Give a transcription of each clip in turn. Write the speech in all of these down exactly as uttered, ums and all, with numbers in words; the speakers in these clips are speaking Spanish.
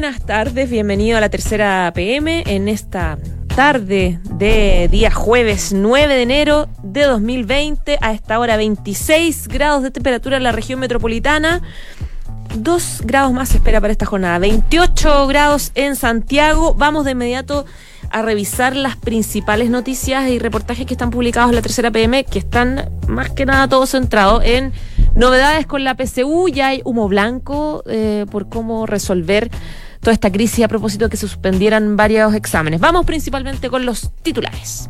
buenas tardes, bienvenido a la tercera P M en esta tarde de día jueves nueve de enero de dos mil veinte, a esta hora veintiséis grados de temperatura en la región metropolitana, dos grados más se espera para esta jornada, veintiocho grados en Santiago. Vamos de inmediato a revisar las principales noticias y reportajes que están publicados en la tercera P M, que están más que nada todos centrados en novedades con la P S U. Ya hay humo blanco eh, por cómo resolver toda esta crisis a propósito de que se suspendieran varios exámenes. Vamos principalmente con los titulares.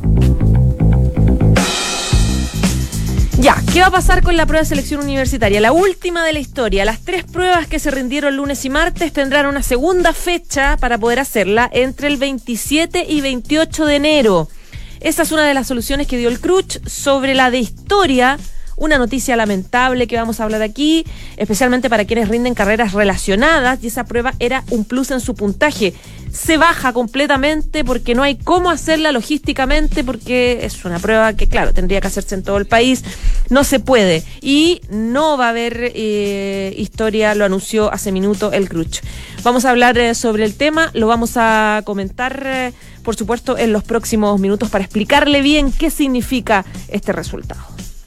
Ya, ¿qué va a pasar con la prueba de selección universitaria? La última de la historia. Las tres pruebas que se rindieron lunes y martes tendrán una segunda fecha para poder hacerla entre el veintisiete y veintiocho de enero. Esa es una de las soluciones que dio el C R U C H sobre la de historia. Una noticia lamentable que vamos a hablar aquí, especialmente para quienes rinden carreras relacionadas, y esa prueba era un plus en su puntaje. Se baja completamente porque no hay cómo hacerla logísticamente, porque es una prueba que, claro, tendría que hacerse en todo el país. No se puede. Y no va a haber eh, historia, lo anunció hace minuto el C R U C H. Vamos a hablar eh, sobre el tema, lo vamos a comentar, eh, por supuesto, en los próximos minutos para explicarle bien qué significa este resultado.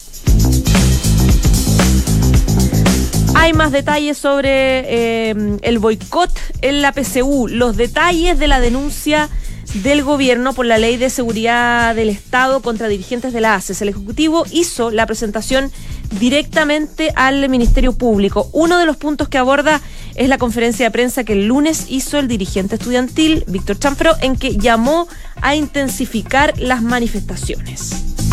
Hay más detalles sobre eh, el boicot en la P S U, los detalles de la denuncia del gobierno por la Ley de Seguridad del Estado contra dirigentes de la A C E S. El Ejecutivo hizo la presentación directamente al Ministerio Público. Uno de los puntos que aborda es la conferencia de prensa que el lunes hizo el dirigente estudiantil, Víctor Chanfro, en que llamó a intensificar las manifestaciones.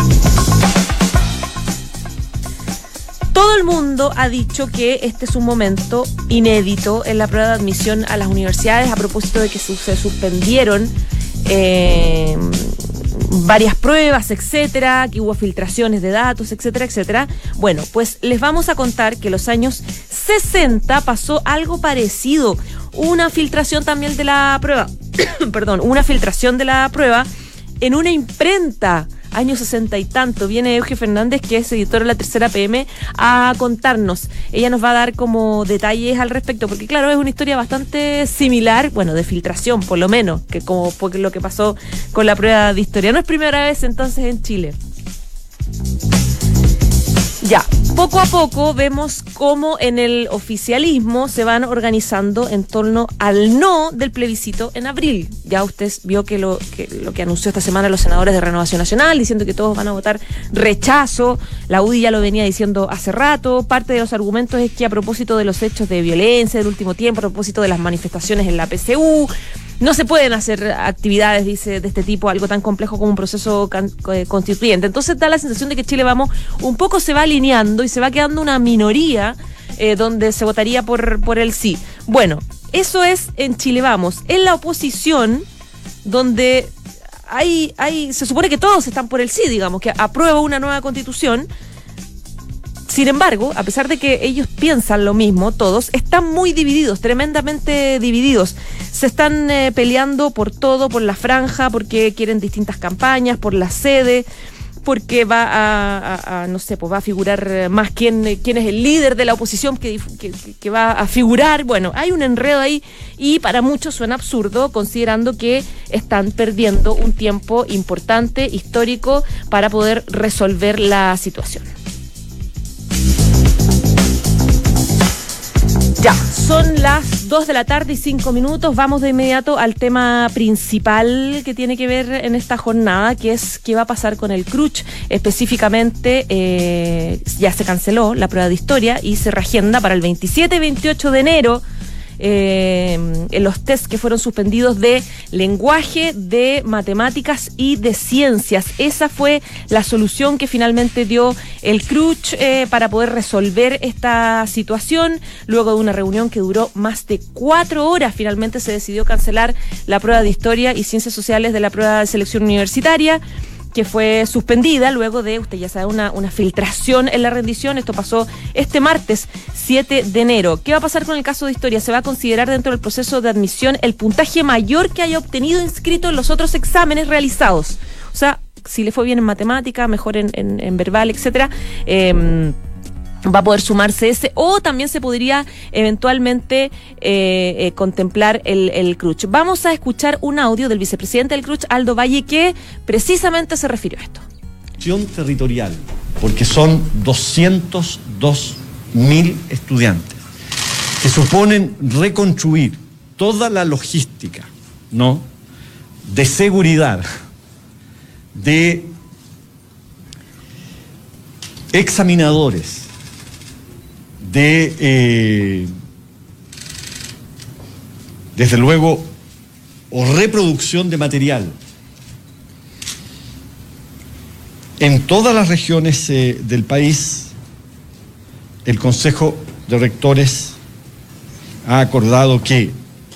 Todo el mundo ha dicho que este es un momento inédito en la prueba de admisión a las universidades a propósito de que se suspendieron eh, varias pruebas, etcétera, que hubo filtraciones de datos, etcétera, etcétera. Bueno, pues les vamos a contar que en los años sesenta pasó algo parecido. Una filtración también de la prueba, perdón, una filtración de la prueba en una imprenta. Años sesenta y tanto. Viene Euge Fernández, que es editora de la tercera P M, a contarnos. Ella nos va a dar como detalles al respecto, porque claro, es una historia bastante similar, bueno, de filtración por lo menos, que como fue lo que pasó con la prueba de historia. No es primera vez entonces en Chile. Ya, poco a poco vemos cómo en el oficialismo se van organizando en torno al no del plebiscito en abril. Ya usted vio que lo que, lo que anunció esta semana los senadores de Renovación Nacional, diciendo que todos van a votar rechazo. La U D I ya lo venía diciendo hace rato. Parte de los argumentos es que a propósito de los hechos de violencia del último tiempo, a propósito de las manifestaciones en la P S U, no se pueden hacer actividades, dice, de este tipo, algo tan complejo como un proceso can, eh, constituyente. Entonces da la sensación de que Chile Vamos un poco se va alineando y se va quedando una minoría eh, donde se votaría por, por el sí. Bueno, eso es en Chile Vamos. En la oposición, donde hay, hay, se supone que todos están por el sí, digamos, que aprueba una nueva constitución. Sin embargo, a pesar de que ellos piensan lo mismo, todos están muy divididos, tremendamente divididos. Se están eh, peleando por todo, por la franja, porque quieren distintas campañas, por la sede, porque va a, a, a no sé, pues va a figurar más quién, quién es el líder de la oposición que, que, que va a figurar. Bueno, hay un enredo ahí y para muchos suena absurdo, considerando que están perdiendo un tiempo importante, histórico, para poder resolver la situación. Ya, son las dos de la tarde y cinco minutos. Vamos de inmediato al tema principal que tiene que ver en esta jornada, que es qué va a pasar con el C R U C H. Específicamente, eh, ya se canceló la prueba de historia y se reagenda para el veintisiete y veintiocho de enero. Eh, en los test que fueron suspendidos de lenguaje, de matemáticas y de ciencias. Esa fue la solución que finalmente dio el C R U C H eh, para poder resolver esta situación. Luego de una reunión que duró más de cuatro horas, finalmente se decidió cancelar la prueba de historia y ciencias sociales de la prueba de selección universitaria, que fue suspendida luego de, usted ya sabe, una, una filtración en la rendición. Esto pasó este martes siete de enero. ¿Qué va a pasar con el caso de historia? Se va a considerar dentro del proceso de admisión el puntaje mayor que haya obtenido inscrito en los otros exámenes realizados. O sea, si le fue bien en matemática, mejor en, en, en verbal, etcétera. Eh, va a poder sumarse ese, o también se podría eventualmente eh, eh, contemplar el, el C R U C H. Vamos a escuchar un audio del vicepresidente del C R U C H, Aldo Valle, que precisamente se refirió a esto. Territorial, porque son doscientos dos mil estudiantes que suponen reconstruir toda la logística, ¿no?, de seguridad, de examinadores, de, eh, desde luego, o reproducción de material. En todas las regiones eh, del país, el Consejo de Rectores ha acordado que,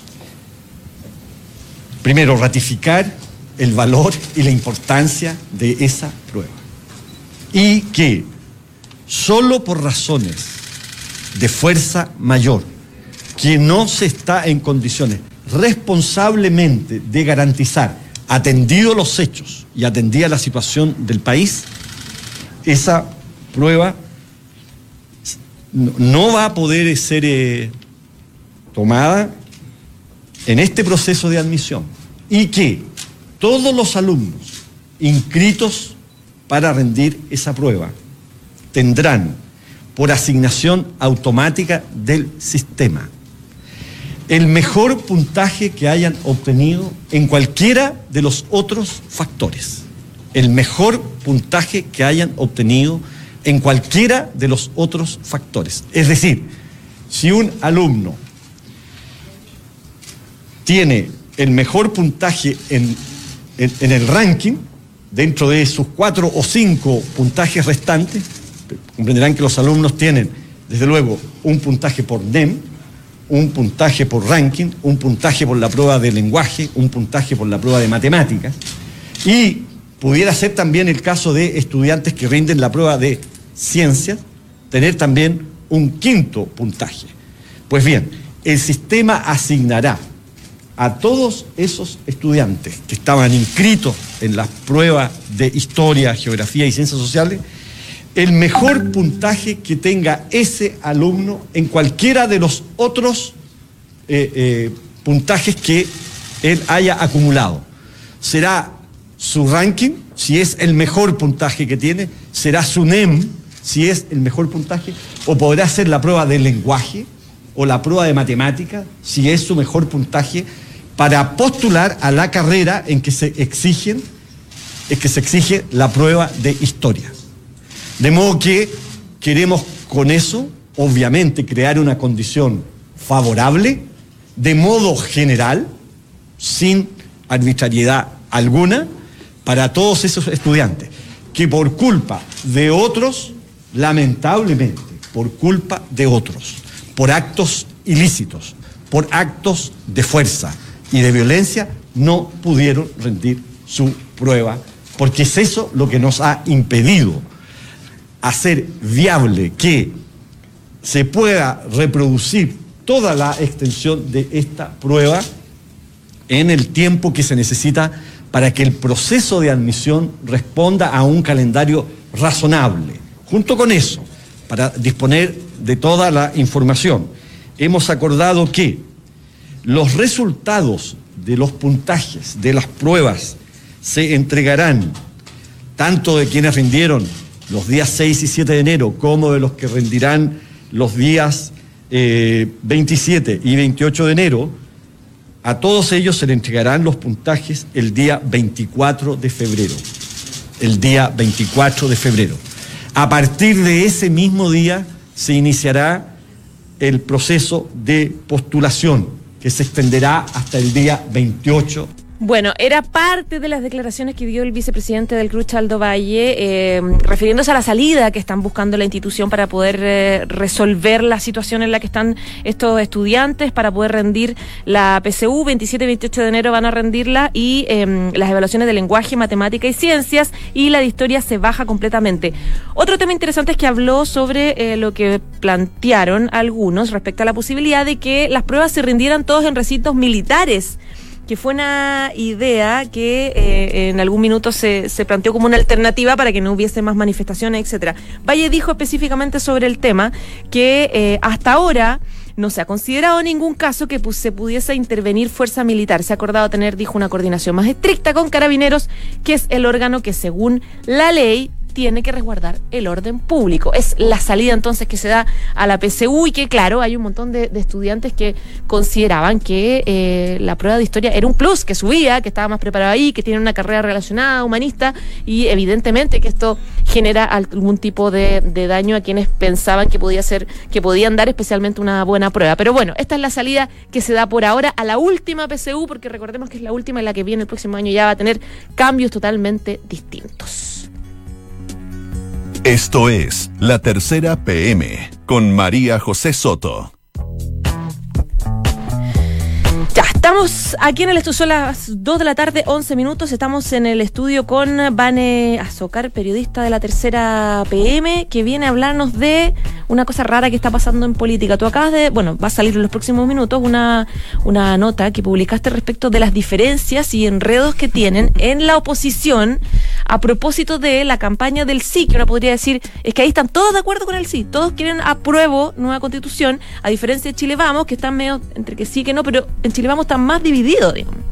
primero, ratificar el valor y la importancia de esa prueba, y que solo por razones de fuerza mayor, que no se está en condiciones responsablemente de garantizar, atendido los hechos y atendida la situación del país, esa prueba no va a poder ser eh, tomada en este proceso de admisión, y que todos los alumnos inscritos para rendir esa prueba tendrán, por asignación automática del sistema, el mejor puntaje que hayan obtenido en cualquiera de los otros factores. El mejor puntaje que hayan obtenido en cualquiera de los otros factores. Es decir, si un alumno tiene el mejor puntaje en, en, en el ranking, dentro de sus cuatro o cinco puntajes restantes, comprenderán que los alumnos tienen, desde luego, un puntaje por N E M, un puntaje por ranking, un puntaje por la prueba de lenguaje, un puntaje por la prueba de matemáticas, y pudiera ser también el caso de estudiantes que rinden la prueba de ciencias, tener también un quinto puntaje. Pues bien, el sistema asignará a todos esos estudiantes que estaban inscritos en las pruebas de historia, geografía y ciencias sociales, el mejor puntaje que tenga ese alumno en cualquiera de los otros eh, eh, puntajes que él haya acumulado. Será su ranking, si es el mejor puntaje que tiene, será su N E M, si es el mejor puntaje, o podrá ser la prueba de lenguaje o la prueba de matemática, si es su mejor puntaje, para postular a la carrera en que se exigen, en que se exige la prueba de historia. De modo que queremos con eso, obviamente, crear una condición favorable, de modo general, sin arbitrariedad alguna, para todos esos estudiantes que por culpa de otros, lamentablemente, por culpa de otros, por actos ilícitos, por actos de fuerza y de violencia, no pudieron rendir su prueba, porque es eso lo que nos ha impedido hacer viable que se pueda reproducir toda la extensión de esta prueba en el tiempo que se necesita para que el proceso de admisión responda a un calendario razonable. Junto con eso, para disponer de toda la información, hemos acordado que los resultados de los puntajes de las pruebas se entregarán tanto de quienes rindieron los días seis y siete de enero, como de los que rendirán los días eh, veintisiete y veintiocho de enero. A todos ellos se le entregarán los puntajes el día veinticuatro de febrero. El día veinticuatro de febrero. A partir de ese mismo día se iniciará el proceso de postulación, que se extenderá hasta el día veintiocho. Bueno, era parte de las declaraciones que dio el vicepresidente del C R U C H, Aldo Valle, eh, refiriéndose a la salida que están buscando la institución para poder eh, resolver la situación en la que están estos estudiantes, para poder rendir la P S U. veintisiete y veintiocho de enero van a rendirla, y eh, las evaluaciones de lenguaje, matemática y ciencias, y la de historia se baja completamente. Otro tema interesante es que habló sobre eh, lo que plantearon algunos respecto a la posibilidad de que las pruebas se rindieran todos en recintos militares, que fue una idea que eh, en algún minuto se, se planteó como una alternativa para que no hubiese más manifestaciones, etcétera. Valle dijo específicamente sobre el tema que eh, hasta ahora no se ha considerado ningún caso que pues, se pudiese intervenir fuerza militar. Se ha acordado tener, dijo, una coordinación más estricta con Carabineros, que es el órgano que según la ley tiene que resguardar el orden público. Es la salida entonces que se da a la P S U y que claro, hay un montón de, de estudiantes que consideraban que eh, la prueba de historia era un plus, que subía, que estaba más preparado ahí, que tiene una carrera relacionada, humanista, y evidentemente que esto genera algún tipo de, de daño a quienes pensaban que podía ser, que podían dar especialmente una buena prueba. Pero bueno, esta es la salida que se da por ahora a la última P S U, porque recordemos que es la última y la que viene el próximo año ya va a tener cambios totalmente distintos. Esto es La Tercera P M con María José Soto. Ya, estamos aquí en el estudio, son las dos de la tarde, once minutos, estamos en el estudio con Vane Azócar, periodista de La Tercera P M, que viene a hablarnos de una cosa rara que está pasando en política. Tú acabas de, bueno, va a salir en los próximos minutos una, una nota que publicaste respecto de las diferencias y enredos que tienen en la oposición a propósito de la campaña del sí, que uno podría decir, es que ahí están todos de acuerdo con el sí, todos quieren apruebo nueva constitución, a diferencia de Chile Vamos, que están medio entre que sí que no, pero en Chile Vamos están más divididos, digamos.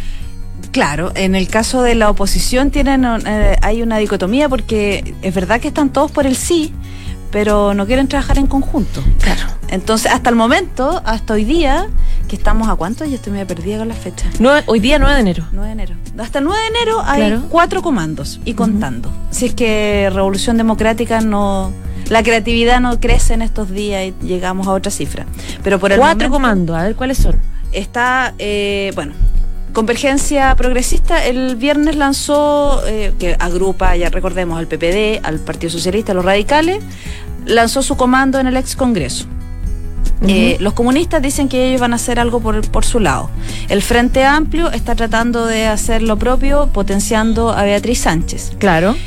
Claro, en el caso de la oposición tienen eh, hay una dicotomía porque es verdad que están todos por el sí, pero no quieren trabajar en conjunto. Claro. Entonces, hasta el momento, hasta hoy día, que estamos a cuánto, yo estoy medio perdida con la fecha. Nueve, hoy día nueve de enero. nueve de enero. Hasta el nueve de enero hay claro. cuatro comandos y contando. Uh-huh. Si es que Revolución Democrática no... La creatividad no crece en estos días y llegamos a otra cifra. Pero por el Cuatro momento, comandos, a ver cuáles son. Está, eh, bueno... Convergencia Progresista el viernes lanzó, eh, que agrupa, ya recordemos, al P P D, al Partido Socialista, a los radicales, lanzó su comando en el ex Congreso. Uh-huh. Eh, los comunistas dicen que ellos van a hacer algo por, por su lado. El Frente Amplio está tratando de hacer lo propio, potenciando a Beatriz Sánchez. Claro.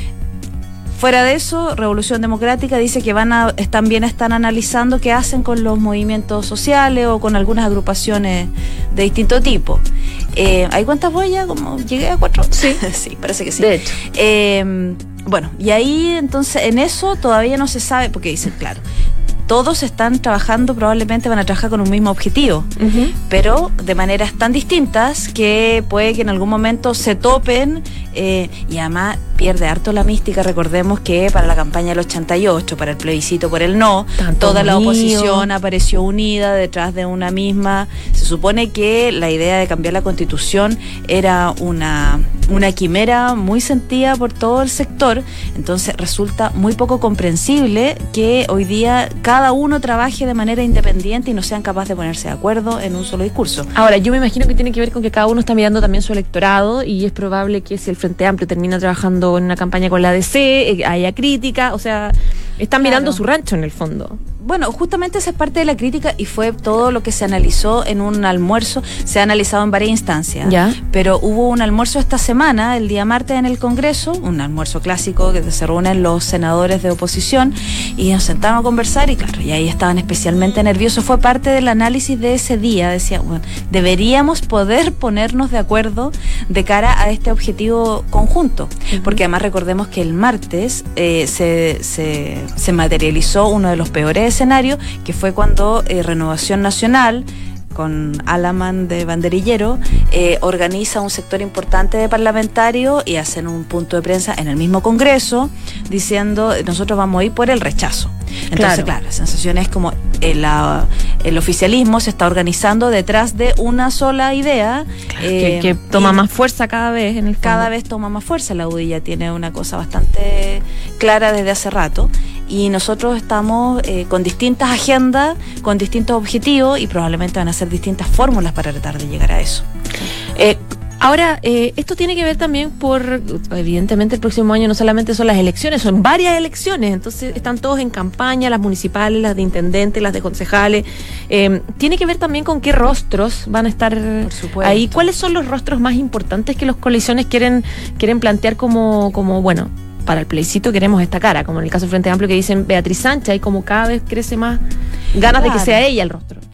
Fuera de eso, Revolución Democrática dice que van a, también están analizando qué hacen con los movimientos sociales o con algunas agrupaciones de distinto tipo. Eh, ¿Hay cuántas voy ya? ¿Como llegué a cuatro? Sí. Sí, parece que sí. De hecho. Eh, bueno, y ahí entonces en eso todavía no se sabe, porque dicen, claro, todos están trabajando, probablemente van a trabajar con un mismo objetivo, uh-huh. pero de maneras tan distintas que puede que en algún momento se topen eh, y además pierde harto la mística. Recordemos que para la campaña del ochenta y ocho, para el plebiscito por el no, Tanto toda la mío. oposición apareció unida detrás de una misma. Se supone que la idea de cambiar la Constitución era una, una quimera muy sentida por todo el sector, entonces resulta muy poco comprensible que hoy día cada uno trabaje de manera independiente y no sean capaces de ponerse de acuerdo en un solo discurso. Ahora, yo me imagino que tiene que ver con que cada uno está mirando también su electorado y es probable que si el Frente Amplio termina trabajando en una campaña con la D C, eh, haya crítica, o sea, están Claro. mirando su rancho en el fondo. Bueno, justamente esa es parte de la crítica y fue todo lo que se analizó en un almuerzo. Se ha analizado en varias instancias, ¿ya? Pero hubo un almuerzo esta semana, el día martes en el Congreso, un almuerzo clásico que se reúnen los senadores de oposición y nos sentaron a conversar y claro, y ahí estaban especialmente nerviosos. Fue parte del análisis de ese día. Decía, bueno, deberíamos poder ponernos de acuerdo de cara a este objetivo conjunto, uh-huh. porque además recordemos que el martes eh, se, se, se materializó uno de los peores escenario, que fue cuando eh, Renovación Nacional, con Alaman de banderillero, eh, organiza un sector importante de parlamentarios y hacen un punto de prensa en el mismo Congreso diciendo nosotros vamos a ir por el rechazo. Entonces, claro, claro la sensación es como el, la, el oficialismo se está organizando detrás de una sola idea. Claro, eh, que, que toma más fuerza cada vez en el fondo. Cada vez toma más fuerza. La U D I ya tiene una cosa bastante clara desde hace rato. Y nosotros estamos eh, con distintas agendas, con distintos objetivos y probablemente van a ser distintas fórmulas para tratar de llegar a eso. Eh, ahora, eh, esto tiene que ver también por, evidentemente el próximo año no solamente son las elecciones, son varias elecciones, entonces están todos en campaña, las municipales, las de intendentes, las de concejales. Eh, tiene que ver también con qué rostros van a estar ahí. ¿Cuáles son los rostros más importantes que las coaliciones quieren, quieren plantear como, como bueno, para el plebiscito queremos esta cara, como en el caso del Frente Amplio que dicen Beatriz Sánchez, y como cada vez crece más ganas claro. de que sea ella el rostro?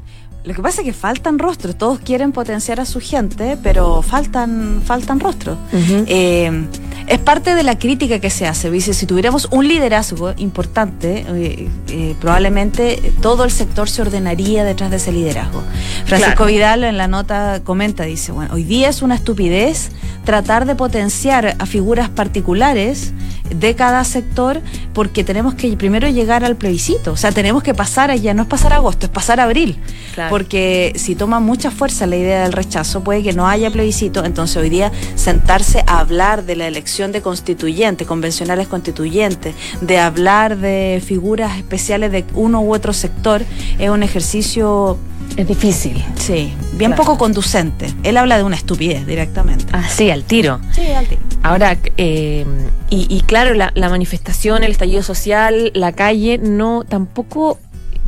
Lo que pasa es que faltan rostros, todos quieren potenciar a su gente, pero faltan, faltan rostros. Uh-huh. Eh, es parte de la crítica que se hace. Dice, si tuviéramos un liderazgo importante, eh, eh, probablemente todo el sector se ordenaría detrás de ese liderazgo. Francisco claro. Vidal en la nota comenta, dice, bueno, hoy día es una estupidez tratar de potenciar a figuras particulares de cada sector, porque tenemos que primero llegar al plebiscito, o sea, tenemos que pasar allá, no es pasar agosto, es pasar abril, claro. porque si toma mucha fuerza la idea del rechazo, puede que no haya plebiscito. Entonces hoy día sentarse a hablar de la elección de constituyentes, convencionales constituyentes, de hablar de figuras especiales de uno u otro sector, es un ejercicio... Es difícil. Sí, bien claro. poco conducente. Él habla de una estupidez directamente. Ah, sí, al tiro. Sí, al tiro. Ahora, eh, y, y claro, la, la manifestación, el estallido social, la calle, no tampoco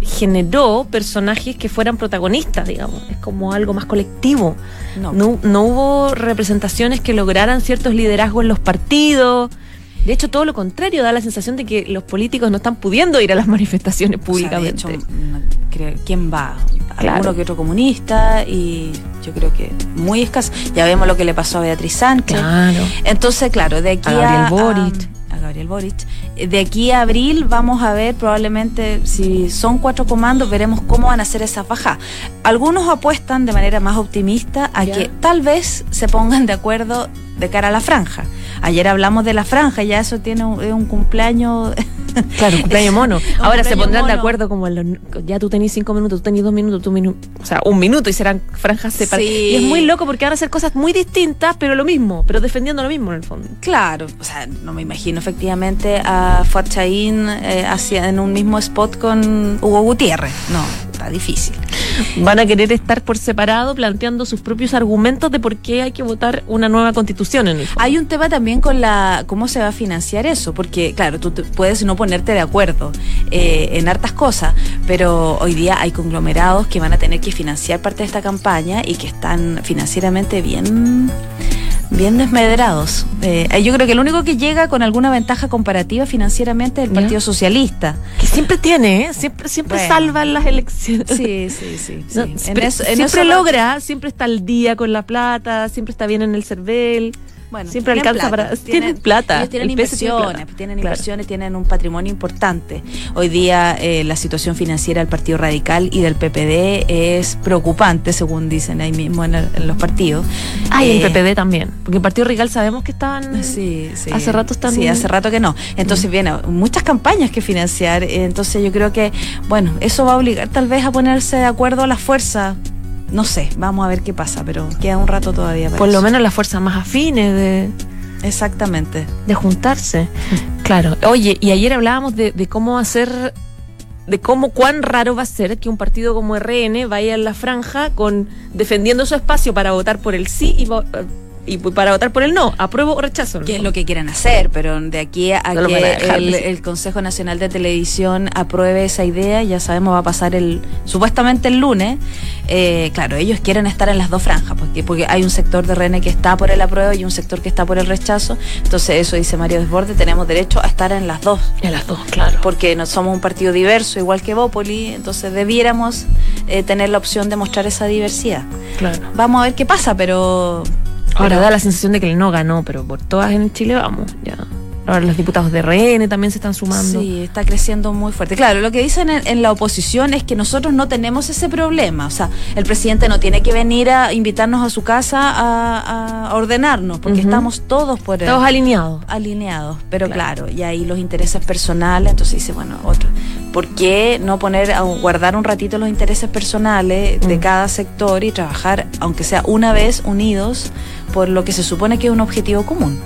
generó personajes que fueran protagonistas, digamos. Es como algo más colectivo. No, no, no hubo representaciones que lograran ciertos liderazgos en los partidos. De hecho, todo lo contrario, da la sensación de que los políticos no están pudiendo ir a las manifestaciones públicamente. O sea, de hecho, ¿quién va? Claro. Alguno que otro comunista, y yo creo que muy escaso. Ya vemos lo que le pasó a Beatriz Sánchez. Claro. Entonces, claro, de aquí a... Gabriel a, Boric. A, a Gabriel Boric. De aquí a abril vamos a ver probablemente, si son cuatro comandos, veremos cómo van a hacer esas bajas. Algunos apuestan de manera más optimista a ya. que tal vez se pongan de acuerdo de cara a la franja. Ayer hablamos de la franja, ya eso tiene un, un cumpleaños... Claro, un cumpleaños mono. Ahora se pondrán mono. de acuerdo como en los, ya tú tenés cinco minutos, tú tenés dos minutos, tú minu, o sea, un minuto, y serán franjas separadas. Sí. Y es muy loco porque van a hacer cosas muy distintas, pero lo mismo, pero defendiendo lo mismo en el fondo. Claro, o sea, no me imagino efectivamente a Fuad Chahín eh, hacia, en un mismo spot con Hugo Gutiérrez. No, está difícil. Van a querer estar por separado planteando sus propios argumentos de por qué hay que votar una nueva constitución en el fondo. Hay un tema también con la cómo se va a financiar eso, porque claro, tú te puedes no ponerte de acuerdo eh, en hartas cosas, pero hoy día hay conglomerados que van a tener que financiar parte de esta campaña y que están financieramente bien... bien desmedrados. Eh, yo creo que el único que llega con alguna ventaja comparativa financieramente es el Partido ¿Ya? Socialista. Que siempre tiene, ¿eh? Siempre, siempre bueno. salva en las elecciones. Sí, sí, sí. sí. No, en siempre eso, en siempre eso logra, va... siempre está al día con la plata, siempre está bien en el CERVEL. Bueno, siempre alcanza plata, para... Tienen, tienen plata. Ellos tienen inversiones, tiene tienen claro. inversiones, tienen un patrimonio importante. Hoy día eh, la situación financiera del Partido Radical y del P P D es preocupante, según dicen ahí mismo en, el, en los partidos. Ah, y eh, el P P D también. Porque el Partido Radical sabemos que estaban... Sí, sí. Hace rato están... Sí, hace rato que no. Entonces mm. viene muchas campañas que financiar. Entonces yo creo que, bueno, eso va a obligar tal vez a ponerse de acuerdo a las fuerzas. No sé, vamos a ver qué pasa, pero queda un rato todavía para Por eso. lo menos las fuerzas más afines de... Exactamente. De juntarse. Claro. Oye, y ayer hablábamos de, de cómo hacer... De cómo, cuán raro va a ser que un partido como R N vaya en la franja con defendiendo su espacio para votar por el sí y... y para votar por el no, apruebo o rechazo. Que es lo que quieran hacer, pero de aquí a no que dejar, el, el Consejo Nacional de Televisión apruebe esa idea, ya sabemos va a pasar el supuestamente el lunes. Eh, claro, ellos quieren estar en las dos franjas, porque, porque hay un sector de R N que está por el apruebo y un sector que está por el rechazo. Entonces eso dice Mario Desbordes, tenemos derecho a estar en las dos. En las dos, claro. Porque no somos un partido diverso, igual que Bópoli, entonces debiéramos eh, tener la opción de mostrar esa diversidad. Claro. Vamos a ver qué pasa, pero... Ahora pero, da la sensación de que él no ganó, pero por todas en Chile vamos, ya. Ahora los diputados de R N también se están sumando. Sí, está creciendo muy fuerte. Claro, lo que dicen en, en la oposición es que nosotros no tenemos ese problema. O sea, el presidente no tiene que venir a invitarnos a su casa a, a ordenarnos, porque uh-huh. estamos todos por Todos el, alineados. Alineados, pero claro. claro, y ahí los intereses personales, entonces dice, bueno, otro. ¿Por qué no poner, a guardar un ratito los intereses personales de uh-huh. cada sector y trabajar, aunque sea una vez, unidos, por lo que se supone que es un objetivo común?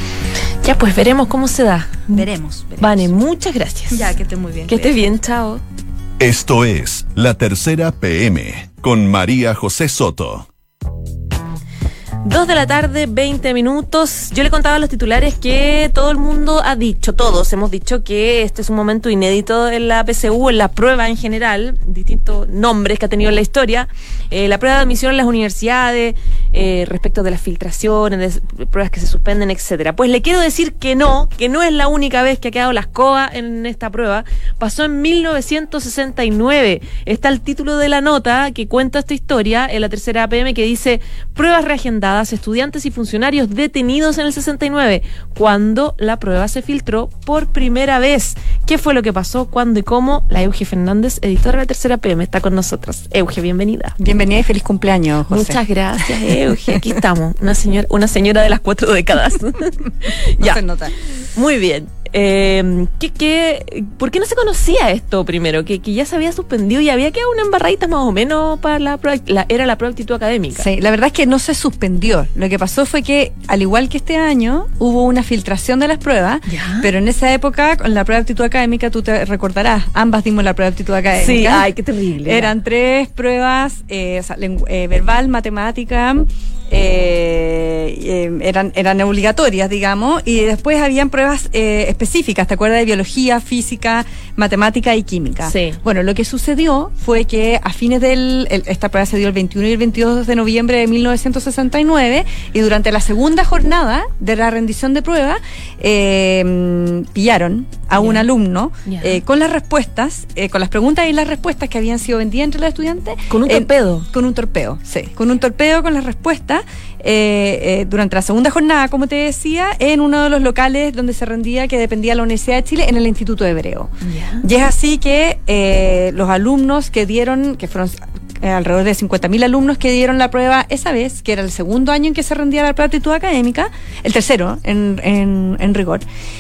Ya, pues veremos cómo se da. Veremos. veremos. Vane, muchas gracias. Ya, que estés muy bien. Que estés bien, chao. Esto es La Tercera P M con María José Soto. Dos de la tarde, veinte minutos. Yo le contaba a los titulares que todo el mundo ha dicho, todos hemos dicho que este es un momento inédito en la P S U, en la prueba en general, distintos nombres que ha tenido en la historia. Eh, la prueba de admisión en las universidades, eh, respecto de las filtraciones, de pruebas que se suspenden, etcétera. Pues le quiero decir que no, que no es la única vez que ha quedado la escoba en esta prueba. Pasó en mil novecientos sesenta y nueve. Está el título de la nota que cuenta esta historia en la tercera A P M, que dice: pruebas reagendadas, estudiantes y funcionarios detenidos en el sesenta y nueve, cuando la prueba se filtró por primera vez. ¿Qué fue lo que pasó, cuándo y cómo? La Euge Fernández, editora de la tercera P M, está con nosotros. Euge, bienvenida. Bienvenida y feliz cumpleaños, José. Muchas gracias, Euge. Aquí estamos, una señora, una señora de las cuatro décadas. No ya. se nota. Muy bien. Eh, ¿qué, qué, ¿Por qué no se conocía esto primero? Que, que ya se había suspendido y había quedado una embarradita más o menos para la prueba, la, era la prueba de actitud académica. Sí, la verdad es que no se suspendió. Lo que pasó fue que, al igual que este año, hubo una filtración de las pruebas, ¿Ya? pero en esa época, con la prueba de actitud académica, tú te recordarás, ambas dimos la prueba de actitud académica. Sí, ay, qué terrible. Eran tres pruebas, eh, o sea, lengu- eh, verbal, matemática, eh, eh, eran, eran obligatorias, digamos, y después habían pruebas eh, específicas, ¿te acuerdas? De biología, física, matemática y química. Sí. Bueno, lo que sucedió fue que a fines del... El, esta prueba se dio el veintiuno y el veintidós de noviembre de mil novecientos sesenta y nueve, y durante la segunda jornada de la rendición de prueba eh, pillaron a un Yeah. alumno Yeah. eh, con las respuestas, eh, con las preguntas y las respuestas que habían sido vendidas entre los estudiantes. Con un eh, torpedo. Con un torpedo, sí. Con un torpedo con las respuestas eh, eh, durante la segunda jornada, como te decía, en uno de los locales donde se rendía, que dependía de la Universidad de Chile, en el Instituto Hebreo. Ya. Y es así que eh, los alumnos que dieron, que fueron eh, alrededor de cincuenta mil alumnos que dieron la prueba esa vez, que era el segundo año en que se rendía la prueba de actitud académica, el tercero en, en, en rigor,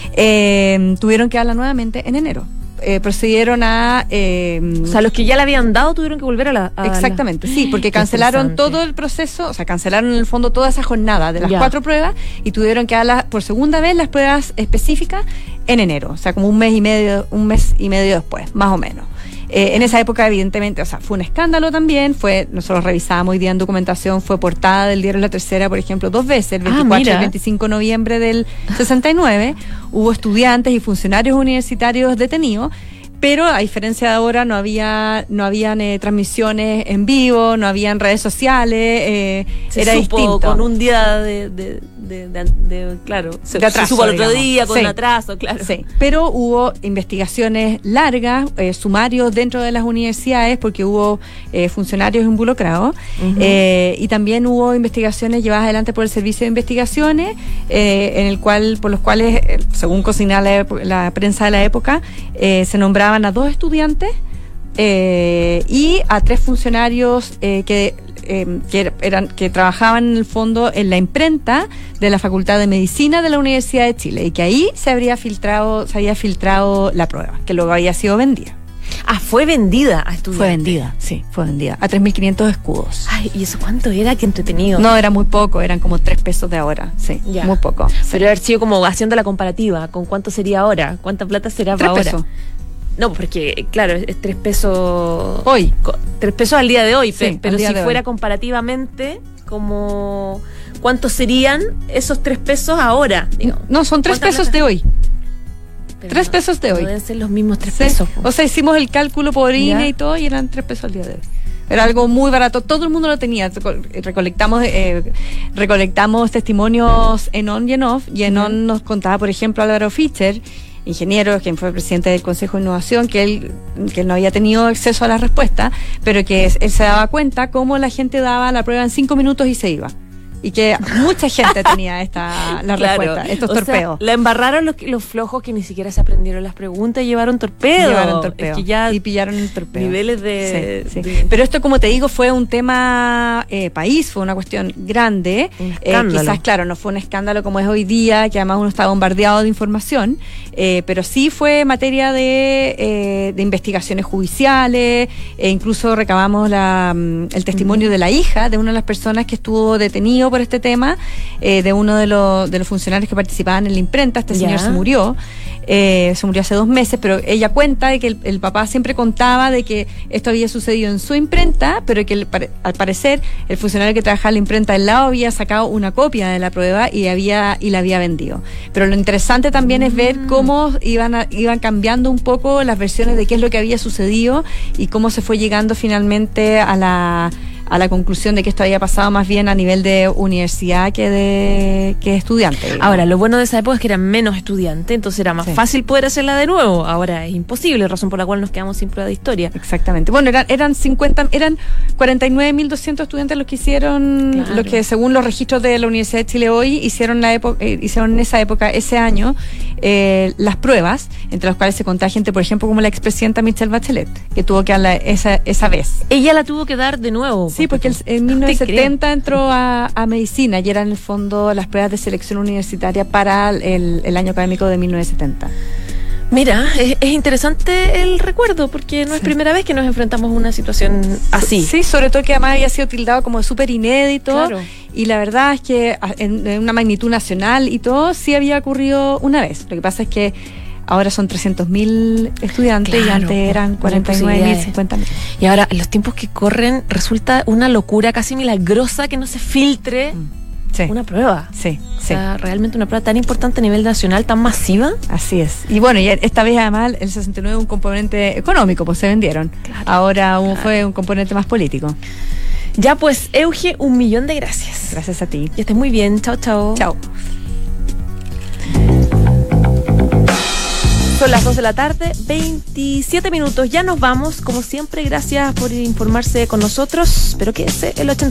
eh, tuvieron que darla nuevamente en enero. Eh, procedieron a... Eh, O sea, los que ya le habían dado tuvieron que volver a la... a Exactamente, la... sí, porque Qué cancelaron interesante. todo el proceso, o sea, cancelaron en el fondo toda esa jornada de las Ya. cuatro pruebas y tuvieron que dar la- por segunda vez las pruebas específicas en enero, o sea, como un mes y medio, un mes y medio después, más o menos. Eh, en esa época, evidentemente, o sea, fue un escándalo también, fue, nosotros revisábamos hoy día en documentación, fue portada del diario La Tercera, por ejemplo, dos veces, el veinticuatro y mira. el veinticinco de noviembre del sesenta y nueve, hubo estudiantes y funcionarios universitarios detenidos. Pero a diferencia de ahora no había no habían eh, transmisiones en vivo, no habían redes sociales, eh, Se era supo distinto. con un día de, de, de, de- de- claro, se, De atraso, se supo al otro digamos. día con Sí. un atraso, claro. Sí, pero hubo investigaciones largas, eh, sumarios dentro de las universidades, porque hubo eh, funcionarios involucrados, Ujú. eh, y también hubo investigaciones llevadas adelante por el Servicio de Investigaciones, eh, en el cual, por los cuales, eh, según cocinaba la, ep- la prensa de la época, eh, se nombraban a dos estudiantes eh, y a tres funcionarios eh, que eh, que eran que trabajaban en el fondo en la imprenta de la Facultad de Medicina de la Universidad de Chile, y que ahí se habría filtrado se había filtrado la prueba, que luego había sido vendida. Ah, fue vendida a estudiantes. Fue vendida, sí, fue vendida a tres mil quinientos escudos. Ay, ¿y eso cuánto era? Qué entretenido. No, era muy poco, eran como tres pesos de ahora, sí, Ya. muy poco. Pero haber sido como haciendo la comparativa, ¿con cuánto sería ahora? ¿Cuánta plata será Tres para ahora? pesos. No, porque, claro, es tres pesos... Hoy. co- Tres pesos al día de hoy, pe- Sí, pero al día si de fuera hoy. comparativamente, como... ¿Cuántos serían esos tres pesos ahora? Digo, No, son tres ¿cuánta pesos plata? de hoy. Pero tres no- pesos de no hoy. deben ser los mismos tres Sí. pesos. po. O sea, hicimos el cálculo por I N E Ya. y todo, y eran tres pesos al día de hoy. Era algo muy barato, todo el mundo lo tenía. Reco- Recolectamos eh, recolectamos testimonios en on y en off, y en Ujú. on nos contaba, por ejemplo, Álvaro Fischer, ingeniero, quien fue presidente del Consejo de Innovación, que él, que él no había tenido acceso a la respuesta, pero que es- él se daba cuenta cómo la gente daba la prueba en cinco minutos y se iba. Y que mucha gente tenía esta la Claro. respuesta, estos O sea, torpeos. la embarraron los, los flojos que ni siquiera se aprendieron las preguntas y llevaron torpedo. Llevaron torpeo. Es que ya y pillaron el torpeo. niveles de, Sí, sí. de- Pero esto, como te digo, fue un tema eh, país, fue una cuestión grande. Un Eh, escándalo. quizás, claro, no fue un escándalo como es hoy día, que además uno está bombardeado de información, eh, pero sí fue materia de, eh, de investigaciones judiciales, e incluso recabamos la, mm, el testimonio de la hija de una de las personas que estuvo detenido por este tema eh, de uno de los, de los funcionarios que participaban en la imprenta. Este Ya. señor se murió. Eh, se murió hace dos meses, pero ella cuenta de que el, el papá siempre contaba de que esto había sucedido en su imprenta, pero que el, al parecer el funcionario que trabajaba en la imprenta del lado había sacado una copia de la prueba y había y la había vendido. Pero lo interesante también mm. es ver cómo iban a, iban cambiando un poco las versiones de qué es lo que había sucedido y cómo se fue llegando finalmente a la a la conclusión de que esto había pasado más bien a nivel de universidad que de que de estudiante. Digamos. Ahora, lo bueno de esa época es que eran menos estudiantes, entonces era más Sí. fácil poder hacerla de nuevo. Ahora es imposible, razón por la cual nos quedamos sin prueba de historia. Exactamente. Bueno, eran, eran cincuenta, eran cuarenta y nueve mil doscientos estudiantes los que hicieron, Claro. los que según los registros de la Universidad de Chile hoy hicieron la época, eh, hicieron en esa época, ese año, eh, las pruebas, entre las cuales se contaba gente, por ejemplo, como la expresidenta Michelle Bachelet, que tuvo que darla esa, esa vez. Ella la tuvo que dar de nuevo. Sí, porque el- en mil novecientos setenta entró a, a medicina y eran en el fondo las pruebas de selección universitaria para el, el año académico de mil novecientos setenta. Mira, es, es interesante el recuerdo, porque no es Sí. primera vez que nos enfrentamos a una situación así. Sí, sobre todo que además había sido tildado como súper inédito. Claro. Y la verdad es que a- en, en una magnitud nacional y todo, sí había ocurrido una vez. Lo que pasa es que ahora son trescientos mil estudiantes y Claro, antes eran no hay cuarenta y nueve mil, posibilidades. cincuenta mil. Y ahora, en los tiempos que corren, resulta una locura casi milagrosa que no se filtre Sí, una prueba. sí, O sí. sea, realmente una prueba tan importante a nivel nacional, tan masiva. Así es. Y bueno, y esta vez además el sesenta y nueve un componente económico, pues se vendieron. Claro, Ahora un- claro. fue un componente más político. Ya pues, Euge, un millón de gracias. Gracias a ti. Y estés muy bien. Chao, chao. Chao. Son las dos de la tarde, veintisiete minutos. Ya nos vamos. Como siempre, gracias por informarse con nosotros. Pero quédese el ochenta.